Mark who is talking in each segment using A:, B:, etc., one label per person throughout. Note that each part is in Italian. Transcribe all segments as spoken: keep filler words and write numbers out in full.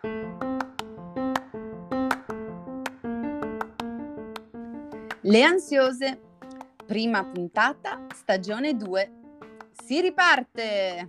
A: Le ansiose, prima puntata, stagione due. Si riparte!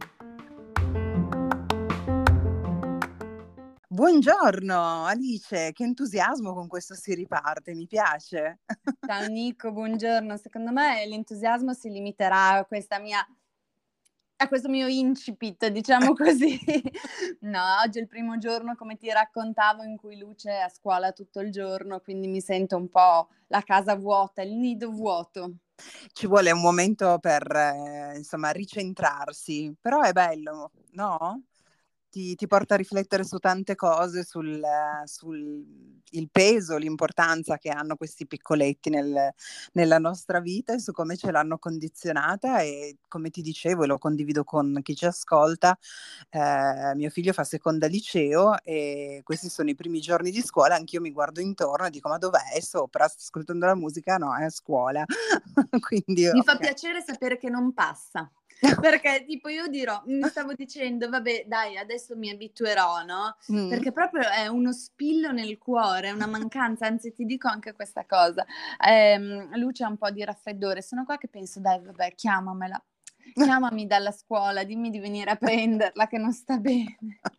B: Buongiorno Alice, che entusiasmo con questo si riparte, mi piace.
A: Ciao Nico, buongiorno. Secondo me l'entusiasmo si limiterà a questa mia a questo mio incipit, diciamo così. No, oggi è il primo giorno, come ti raccontavo, in cui Luce è a scuola tutto il giorno, quindi mi sento un po' la casa vuota, il nido vuoto.
B: Ci vuole un momento per, eh, insomma, ricentrarsi, però è bello, no? Ti, ti porta a riflettere su tante cose, sul, sul il peso, l'importanza che hanno questi piccoletti nel, nella nostra vita e su come ce l'hanno condizionata e come ti dicevo, e lo condivido con chi ci ascolta, eh, mio figlio fa seconda liceo e questi sono i primi giorni di scuola, anch'io mi guardo intorno e dico ma dov'è? È sopra? Sto ascoltando la musica? No, è a scuola. Quindi,
A: Mi fa
B: ok.
A: piacere sapere che non passa. Perché tipo io dirò, mi stavo dicendo, vabbè, dai, adesso mi abituerò, no?
B: Mm.
A: Perché proprio è uno spillo nel cuore, è una mancanza, anzi ti dico anche questa cosa. Ehm, Luce ha un po' di raffreddore, sono qua che penso, dai, vabbè, chiamamela. Chiamami dalla scuola, dimmi di venire a prenderla che non sta bene.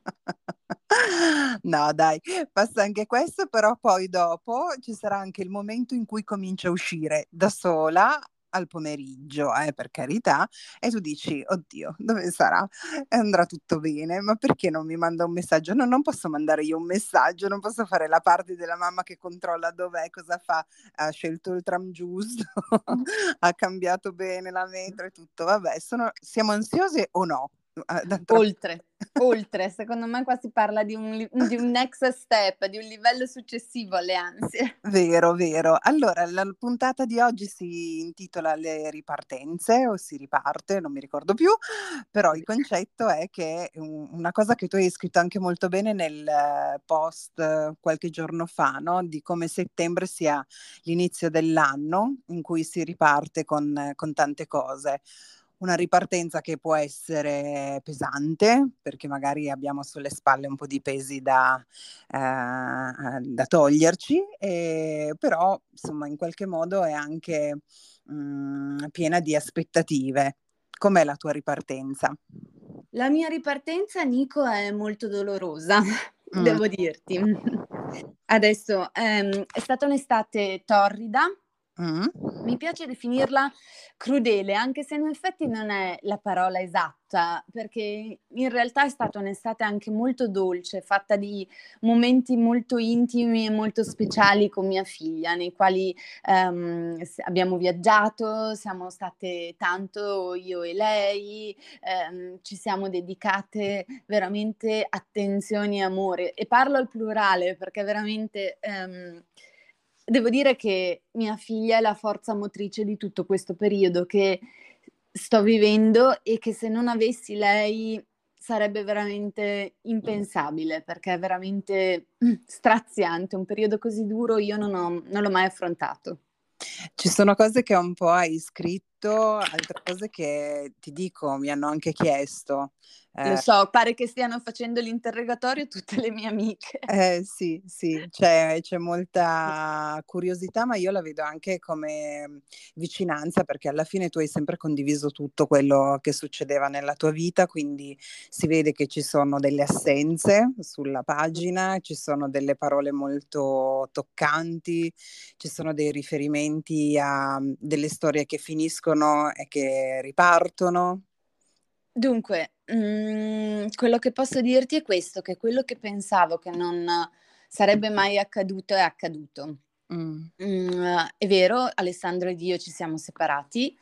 B: No dai, passa anche questo, però poi dopo ci sarà anche il momento in cui comincia a uscire da sola al pomeriggio, eh, per carità, e tu dici, oddio, dove sarà? E andrà tutto bene, ma perché non mi manda un messaggio? No, non posso mandare io un messaggio, non posso fare la parte della mamma che controlla dov'è, cosa fa, ha scelto il tram giusto, ha cambiato bene la metro e tutto, vabbè, sono, siamo ansiose o no? Ah, d'altra
A: Oltre, oltre, secondo me qua si parla di un, li- di un next step, di un livello successivo alle ansie.
B: Vero, vero. Allora, la puntata di oggi si intitola Le ripartenze o si riparte, non mi ricordo più, però il concetto è che un- una cosa che tu hai scritto anche molto bene nel eh, post eh, qualche giorno fa, no? Di come settembre sia l'inizio dell'anno in cui si riparte con, eh, con tante cose. Una ripartenza che può essere pesante, perché magari abbiamo sulle spalle un po' di pesi da, eh, da toglierci, e, però insomma in qualche modo è anche mh, piena di aspettative. Com'è la tua ripartenza?
A: La mia ripartenza, Nico, è molto dolorosa,
B: Mm.
A: devo dirti. Adesso ehm, è stata un'estate torrida.
B: Mm.
A: Mi piace definirla crudele, anche se in effetti non è la parola esatta, perché in realtà è stata un'estate anche molto dolce, fatta di momenti molto intimi e molto speciali con mia figlia, nei quali ehm, s- abbiamo viaggiato, siamo state tanto io e lei, ehm, ci siamo dedicate veramente attenzioni e amore. E parlo al plurale perché veramente... ehm, Devo dire che mia figlia è la forza motrice di tutto questo periodo che sto vivendo e che se non avessi lei sarebbe veramente impensabile, perché è veramente mm, straziante. Un periodo così duro io non ho, non l'ho mai affrontato.
B: Ci sono cose che un po' hai scritto, altre cose che ti dico, mi hanno anche chiesto.
A: Lo
B: Eh,
A: so, pare che stiano facendo l'interrogatorio tutte le mie amiche.
B: Eh sì, sì, c'è, c'è molta curiosità, ma io la vedo anche come mh, vicinanza, perché alla fine tu hai sempre condiviso tutto quello che succedeva nella tua vita, quindi si vede che ci sono delle assenze sulla pagina, ci sono delle parole molto toccanti, ci sono dei riferimenti a mh, delle storie che finiscono e che ripartono.
A: Dunque, mhmm, quello che posso dirti è questo, che quello che pensavo che non sarebbe mai accaduto è accaduto.
B: Mm,
A: Mhmm, è vero, Alessandro ed io ci siamo separati,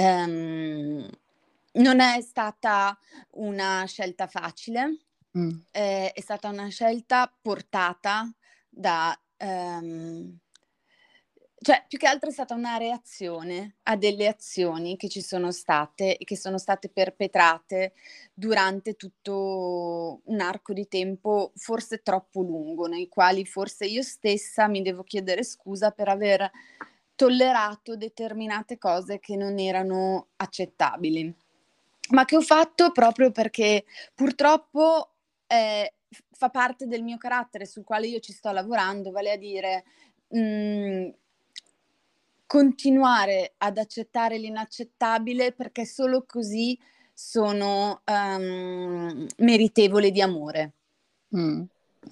A: ehm, non è stata una scelta facile,
B: mm.
A: ehm, è stata una scelta portata da, ehm cioè, più che altro è stata una reazione a delle azioni che ci sono state e che sono state perpetrate durante tutto un arco di tempo forse troppo lungo, nei quali forse io stessa mi devo chiedere scusa per aver tollerato determinate cose che non erano accettabili, ma che ho fatto proprio perché purtroppo, ehm, f- fa parte del mio carattere sul quale io ci sto lavorando, vale a dire mh, continuare ad accettare l'inaccettabile, perché solo così sono ehm, meritevole di amore.
B: Mm.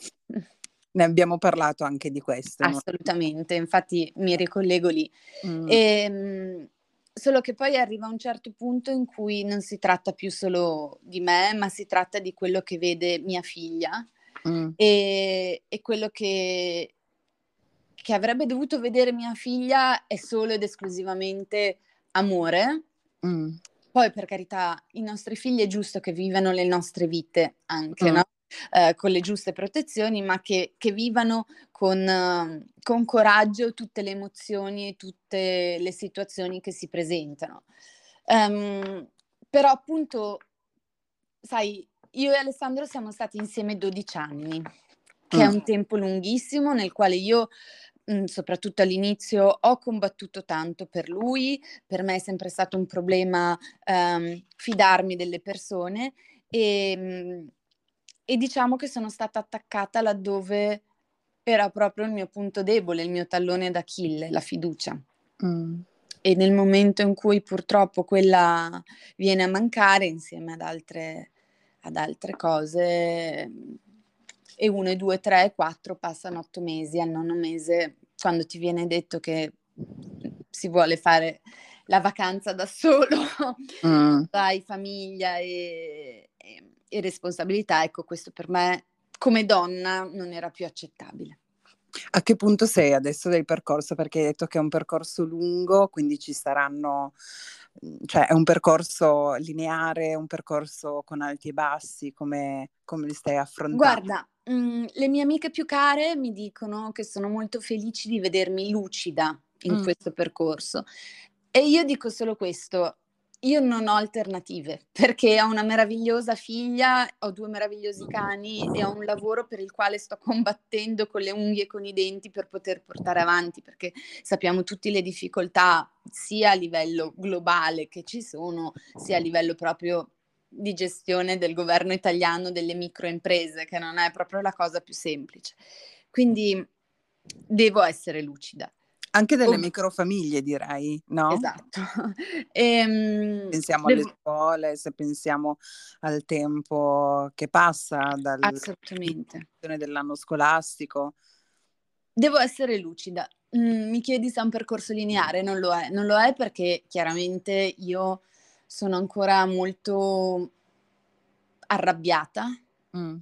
B: Ne abbiamo parlato anche di questo. No?
A: Assolutamente, infatti mi ricollego lì.
B: Mm.
A: Ehm, solo che poi arriva un certo punto in cui non si tratta più solo di me, ma si tratta di quello che vede mia figlia
B: Mm.
A: e, e quello che, che avrebbe dovuto vedere mia figlia è solo ed esclusivamente amore.
B: Mm.
A: Poi, per carità, i nostri figli è giusto che vivano le nostre vite anche,
B: Mm.
A: no? Eh, con le giuste protezioni, ma che, che vivano con, eh, con coraggio tutte le emozioni e tutte le situazioni che si presentano. Ehm, però appunto, sai, io e Alessandro siamo stati insieme dodici anni, che è
B: Mm.
A: un tempo lunghissimo nel quale io, mh, soprattutto all'inizio, ho combattuto tanto per lui. Per me è sempre stato un problema ehm, fidarmi delle persone e, mh, e diciamo che sono stata attaccata laddove era proprio il mio punto debole, il mio tallone d'Achille, la fiducia.
B: Mm.
A: E nel momento in cui purtroppo quella viene a mancare insieme ad altre, ad altre cose, e uno, e due, tre, e quattro passano otto mesi, al nono mese, quando ti viene detto che si vuole fare la vacanza da solo,
B: Mm.
A: hai famiglia e, e, e responsabilità, ecco, questo per me come donna non era più accettabile.
B: A che punto sei adesso del percorso? Perché hai detto che è un percorso lungo, quindi ci saranno, cioè è un percorso lineare, un percorso con alti e bassi, come, come li stai affrontando?
A: Guarda, mhmm, le mie amiche più care mi dicono che sono molto felici di vedermi lucida in
B: Mm.
A: questo percorso e io dico solo questo: io non ho alternative, perché ho una meravigliosa figlia, ho due meravigliosi cani e ho un lavoro per il quale sto combattendo con le unghie e con i denti per poter portare avanti, perché sappiamo tutti le difficoltà sia a livello globale che ci sono, sia a livello proprio di gestione del governo italiano delle microimprese, che non è proprio la cosa più semplice. Quindi devo essere lucida.
B: Anche delle
A: Ov-
B: microfamiglie, direi, no?
A: esatto. Ehm,
B: Pensiamo alle
A: devo-
B: scuole, se pensiamo al tempo che passa
A: assolutamente.
B: dall'inizio dell'anno scolastico.
A: Devo essere lucida. Mm, mi chiedi se è un percorso lineare? Non lo è. Non lo è perché chiaramente io sono ancora molto arrabbiata.
B: Mm.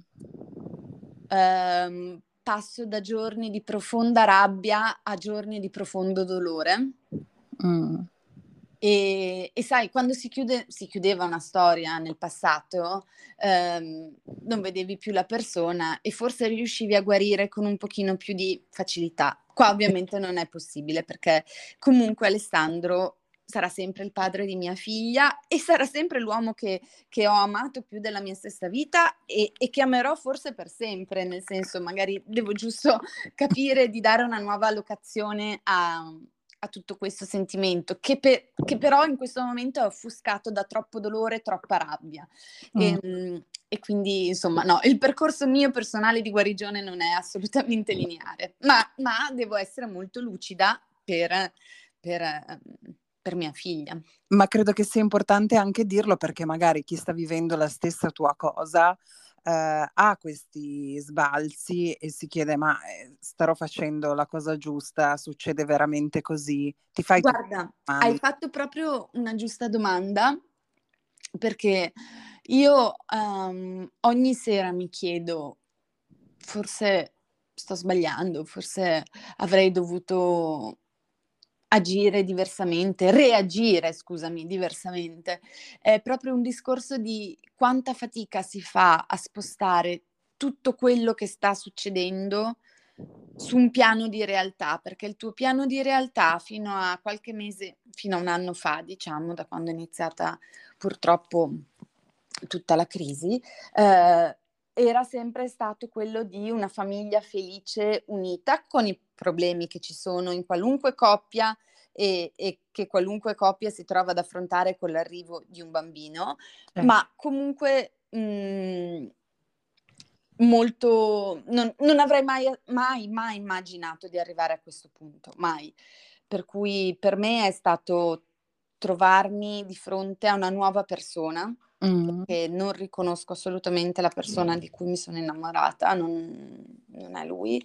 A: Ehm, passo da giorni di profonda rabbia a giorni di profondo dolore.
B: Mm.
A: E, e sai, quando si chiude, si chiudeva una storia nel passato, ehm, non vedevi più la persona e forse riuscivi a guarire con un pochino più di facilità. Qua ovviamente non è possibile perché comunque Alessandro sarà sempre il padre di mia figlia e sarà sempre l'uomo che, che ho amato più della mia stessa vita e, e che amerò forse per sempre, nel senso magari devo giusto capire di dare una nuova locazione a a tutto questo sentimento, che, per, che però in questo momento è offuscato da troppo dolore, troppa rabbia.
B: Mm.
A: E, e quindi, insomma, no, il percorso mio personale di guarigione non è assolutamente lineare, ma, ma devo essere molto lucida per, per, per mia figlia.
B: Ma credo che sia importante anche dirlo perché magari chi sta vivendo la stessa tua cosa eh, ha questi sbalzi e si chiede ma eh, starò facendo la cosa giusta? Succede veramente così? Ti fai tutte
A: Guarda,
B: le
A: hai
B: domande?
A: fatto proprio una giusta domanda perché io um, ogni sera mi chiedo, forse sto sbagliando, forse avrei dovuto agire diversamente, reagire, scusami, diversamente. È proprio un discorso di quanta fatica si fa a spostare tutto quello che sta succedendo su un piano di realtà, perché il tuo piano di realtà fino a qualche mese, fino a un anno fa, diciamo, da quando è iniziata purtroppo tutta la crisi, eh, era sempre stato quello di una famiglia felice, unita, con i problemi che ci sono in qualunque coppia e, e che qualunque coppia si trova ad affrontare con l'arrivo di un bambino,
B: Eh.
A: ma comunque mh, molto non non avrei mai mai, mai immaginato di arrivare a questo punto, mai. Per cui per me è stato trovarmi di fronte a una nuova persona,
B: Mh.
A: perché non riconosco assolutamente la persona di cui mi sono innamorata, non non è lui,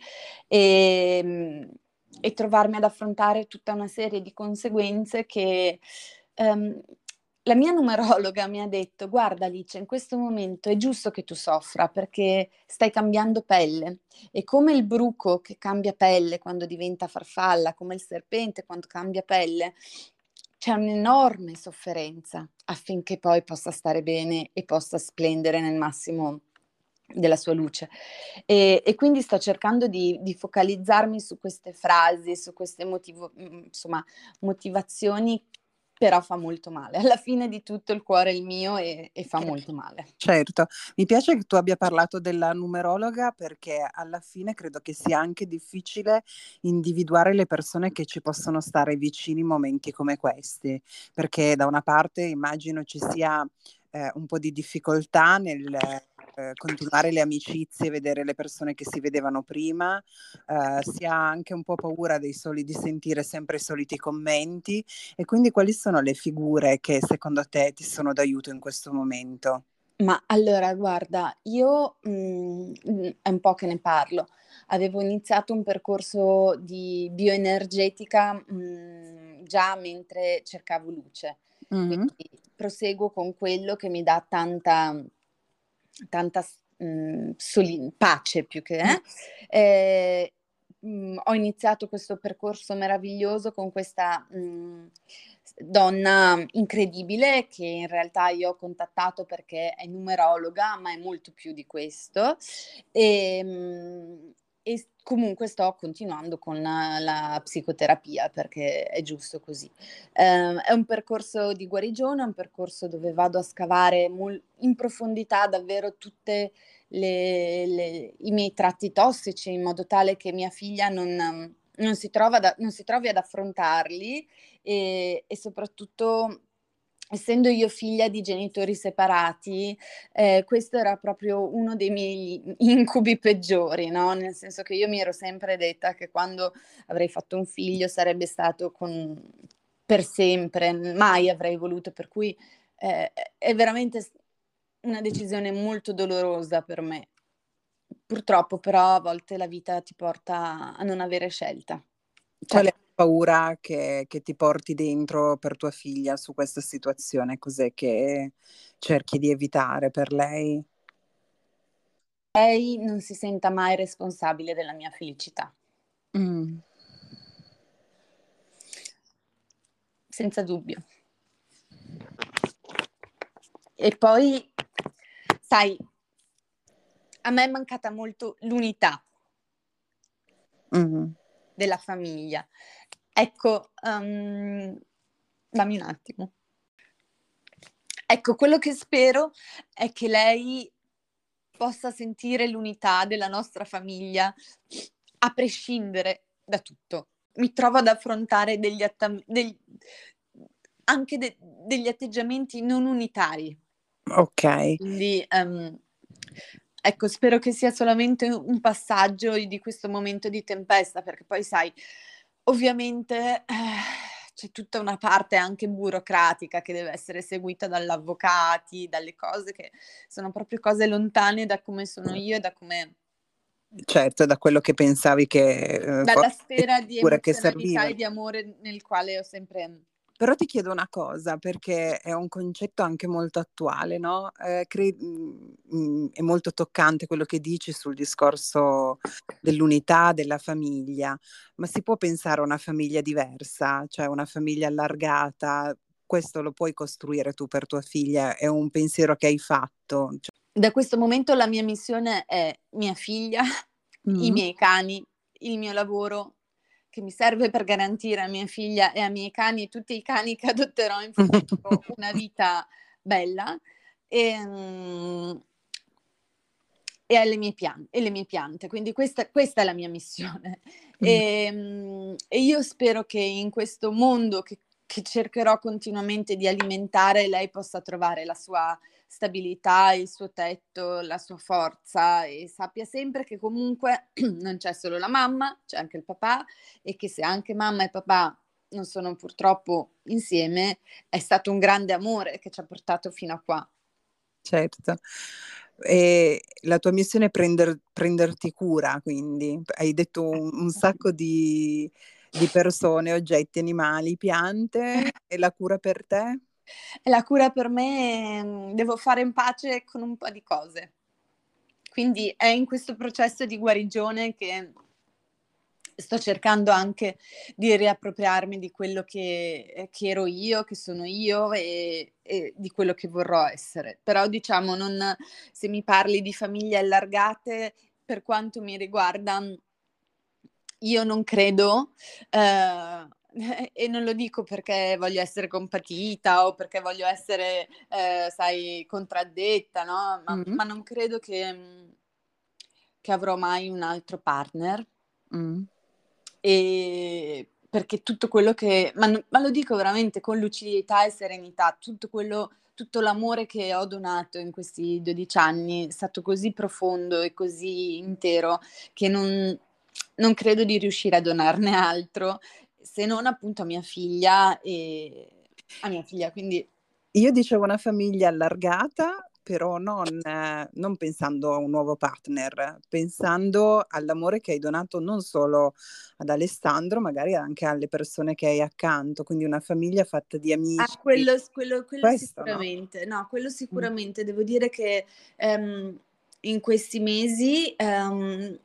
A: ehm, e trovarmi ad affrontare tutta una serie di conseguenze che, ehm, la mia numerologa mi ha detto: "Guarda Alice, in questo momento è giusto che tu soffra perché stai cambiando pelle e come il bruco che cambia pelle quando diventa farfalla, come il serpente quando cambia pelle, c'è un'enorme sofferenza affinché poi possa stare bene e possa splendere nel massimo della sua luce". E e quindi sto cercando di di focalizzarmi su queste frasi, su queste motivo mhmm, insomma, motivazioni, però fa molto male. Alla fine di tutto il cuore è il mio e e fa molto male.
B: Certo, mi piace che tu abbia parlato della numerologa perché alla fine credo che sia anche difficile individuare le persone che ci possono stare vicini in momenti come questi, perché da una parte immagino ci sia, ehm, un po' di difficoltà nel, ehm, continuare le amicizie, vedere le persone che si vedevano prima, ehm, si ha anche un po' paura dei soli di sentire sempre i soliti commenti e quindi quali sono le figure che secondo te ti sono d'aiuto in questo momento?
A: Ma allora guarda, io, mhmm, mhmm, è un po' che ne parlo. Avevo iniziato un percorso di bioenergetica, mhmm, già mentre cercavo luce,
B: Mh-mh.
A: quindi proseguo con quello che mi dà tanta tanta s mhmm, soli pace più che
B: Mh.
A: eh. Ehm, mhmm, ho iniziato questo percorso meraviglioso con questa, mhmm, s donna incredibile che in realtà io ho contattato perché è numerologa, ma è molto più di questo. Ehm, e s comunque sto continuando con la psicoterapia perché è giusto così. Ehm, è un percorso di guarigione, è un percorso dove vado a scavare mol in profondità davvero tutte le le i miei tratti tossici, in modo tale che mia figlia non non si trova da non si trovi ad affrontarli, e e soprattutto, essendo io figlia di genitori separati, ehm, questo era proprio uno dei miei incubi peggiori, no, nel senso che io mi ero sempre detta che quando avrei fatto un figlio sarebbe stato con per sempre, mai avrei voluto, per cui, ehm, è veramente s una decisione molto dolorosa per me. Purtroppo però a volte la vita ti porta a non avere scelta.
B: Qual
A: Cioè,
B: è la paura che che ti porti dentro per tua figlia su questa situazione? Cos'è che cerchi di evitare per lei?
A: lei non si senta mai responsabile della mia felicità,
B: Mh.
A: senza dubbio. E poi, sai, a me è mancata molto l'unità
B: Mh-mh.
A: della famiglia. Ecco, uhm, dammi un attimo. Ecco, quello che spero è che lei possa sentire l'unità della nostra famiglia, a prescindere da tutto. Mi trovo ad affrontare degli attam degl anche de degli atteggiamenti non unitari.
B: Okay.
A: Quindi, ehm, ecco, spero che sia solamente u un passaggio di questo momento di tempesta, perché poi sai, ovviamente, eh, c'è tutta una parte anche burocratica che deve essere seguita dall'avvocati, dalle cose che sono proprio cose lontane da come sono io e da come
B: Certo, da quello che pensavi che, uhm,
A: dalla
B: fosse
A: sfera di
B: pure che
A: emozionalità
B: serviva.
A: e di amore nel quale ho sempre
B: Però ti chiedo una cosa, perché è un concetto anche molto attuale, no, ehm, cre mhmm, mhmm, è molto toccante quello che dici sul discorso dell'unità della famiglia, ma si può pensare a una famiglia diversa, cioè una famiglia allargata? Questo lo puoi costruire tu per tua figlia? È un pensiero che hai fatto? Cioè
A: da questo momento la mia missione è mia figlia, i
B: mh-mh.
A: miei cani, il mio lavoro che mi serve per garantire a mia figlia e ai miei cani e tutti i cani che adotterò in futuro una vita bella, ehm, e alle mie pian e le mie piante. Quindi questa questa è la mia missione.
B: Mh.
A: Ehm, e io spero che in questo mondo che che cercherò continuamente di alimentare, lei possa trovare la sua stabilità, il suo tetto, la sua forza e sappia sempre che comunque non c'è solo la mamma, c'è anche il papà e che se anche mamma e papà non sono purtroppo insieme, è stato un grande amore che ci ha portato fino a qua.
B: Certo. E la tua missione è prender prenderti cura, quindi. Hai detto un un sacco di di persone, oggetti, animali, piante e la cura per te?
A: E la cura per me, mhmm, devo fare in pace con un po' di cose. Quindi è in questo processo di guarigione che sto cercando anche di riappropriarmi di quello che ehm, che ero io, che sono io e e di quello che vorrò essere. Però diciamo non se mi parli di famiglie allargate, per quanto mi riguarda, mhmm, io non credo, ehm, e non lo dico perché voglio essere compatita o perché voglio essere, ehm, sai, contraddetta, no, ma
B: Mh.
A: ma non credo che mhmm, che avrò mai un altro partner.
B: Mh.
A: Ehm, perché tutto quello che ma n ma lo dico veramente con lucidità e serenità, tutto quello tutto l'amore che ho donato in questi dodici anni è stato così profondo e così intero che non non credo di riuscire a donarne altro, se non appunto a mia figlia ehm, a mia figlia, quindi
B: Io dicevo una famiglia allargata, però non non pensando a un nuovo partner, pensando all'amore che hai donato non solo ad Alessandro, magari anche alle persone che hai accanto, quindi una famiglia fatta di
A: ah,
B: amici.
A: quello s quello quello
B: Questo, no?
A: sicuramente. No, quello
B: Mh.
A: sicuramente. Devo dire che, ehm, in questi mesi, ehm,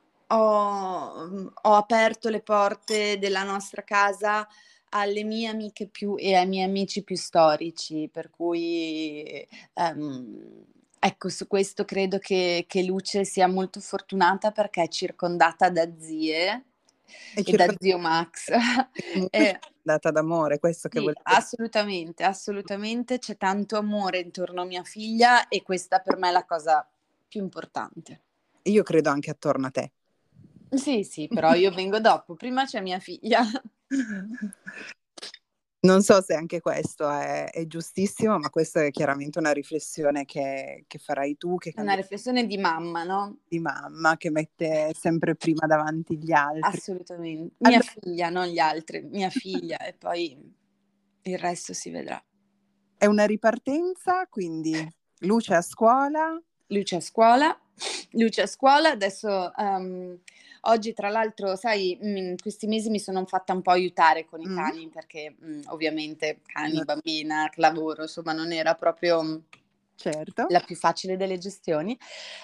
A: ho mhmm, ho aperto le porte della nostra casa alle mie amiche più e ai miei amici più storici, per cui, ehm, ecco, su questo credo che che Luce sia molto fortunata perché è circondata da zie
B: È
A: e da
B: circondata
A: zio Max.
B: e comunque
A: E
B: circondata d'amore, questo che
A: sì,
B: volevo di
A: assolutamente, assolutamente. C'è tanto amore intorno a mia figlia e questa per me è la cosa più importante.
B: io credo anche attorno a te.
A: Sì, sì, però io vengo dopo, prima c'è mia figlia.
B: Non so se anche questo è è giustissimo, ma questa è chiaramente una riflessione che che farai tu, che
A: È una
B: cambie
A: riflessione di mamma, no,
B: di mamma, che mette sempre prima davanti gli altri.
A: assolutamen mia
B: Allo
A: figlia, non gli altri, mia figlia e poi il resto si vedrà.
B: È una ripartenza, quindi Luce a scuola.
A: Luce a scuola, Luce a scuola, adesso, ehm, oggi tra l'altro sai, mhmm, in questi mesi mi sono fatta un po' aiutare con i
B: Mh.
A: cani perché, mhmm, ovviamente cani,
B: No,
A: bambina, lavoro, insomma non era proprio mhmm,
B: certo.
A: la più facile delle gestioni.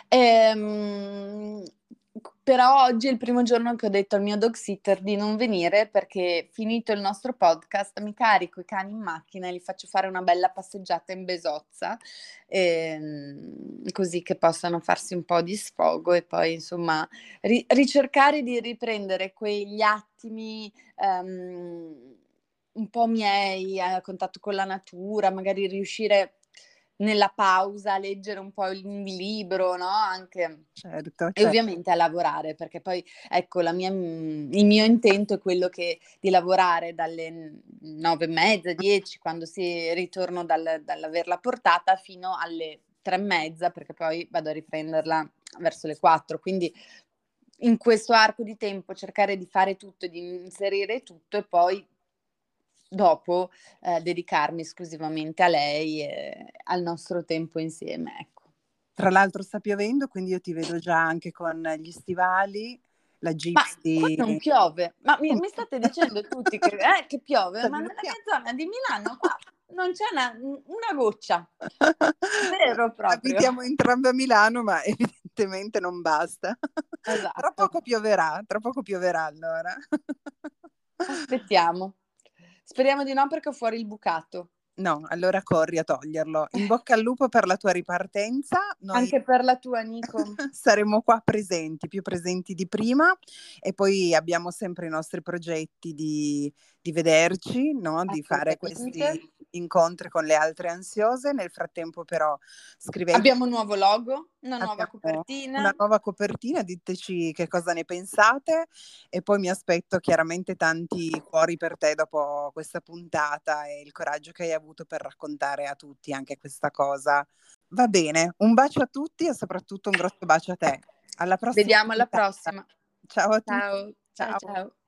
A: Ehm, c però oggi è il primo giorno che ho detto al mio dog sitter di non venire perché finito il nostro podcast mi carico i cani in macchina e li faccio fare una bella passeggiata in besozza, ehm, così che possano farsi un po' di sfogo e poi insomma ri ricercare di riprendere quegli attimi, ehm, un po' miei a contatto con la natura, magari riuscire nella pausa a leggere un po' il un libro, no, anche
B: Certo,
A: e
B: ce
A: ovviamente a lavorare, perché poi ecco la mia mhmm, il mio intento è quello che di lavorare dalle n nove e mezza, dieci, quando sì ritorno dal dall'averla portata, fino alle tre e mezza, perché poi vado a riprenderla verso le quattro. Quindi in questo arco di tempo cercare di fare tutto, di inserire tutto e poi dopo, ehm, dedicarmi esclusivamente a lei e al nostro tempo insieme, ecco.
B: Tra l'altro sta piovendo, quindi io ti vedo già anche con gli stivali, la
A: Ma qua non
B: Gypsy.
A: piove, ma mi mi state dicendo tutti che eh, che piove?
B: Sta
A: Ma nella
B: diventando
A: mia zona di Milano qua non c'è una u una goccia. Zero proprio.
B: Abitiamo entrambe a Milano, ma evidentemente non basta. Tra
A: Esatto.
B: poco pioverà, tra poco pioverà allora.
A: Aspettiamo. Speriamo di no perché ho fuori il bucato.
B: No, allora corri a toglierlo. In bocca al lupo per la tua ripartenza. Noi
A: Anche per la tua, Nico.
B: saremo qua presenti, più presenti di prima e poi abbiamo sempre i nostri progetti di di vederci, no, di fare
A: Assolutamente.
B: questi incontri con le altre ansiose. Nel frattempo però scrivete.
A: Abbiamo un nuovo logo, una nuova
B: Abbiamo una
A: copertina.
B: nuova copertina, diteci che cosa ne pensate e poi mi aspetto chiaramente tanti cuori per te dopo questa puntata e il coraggio che hai avuto per raccontare a tutti anche questa cosa. Va bene, un bacio a tutti e soprattutto un grosso bacio a te. Alla prossima
A: Vediamo alla
B: puntata.
A: prossima.
B: Ciao a tutti.
A: Ciao, ciao,
B: Ciao.
A: ciao.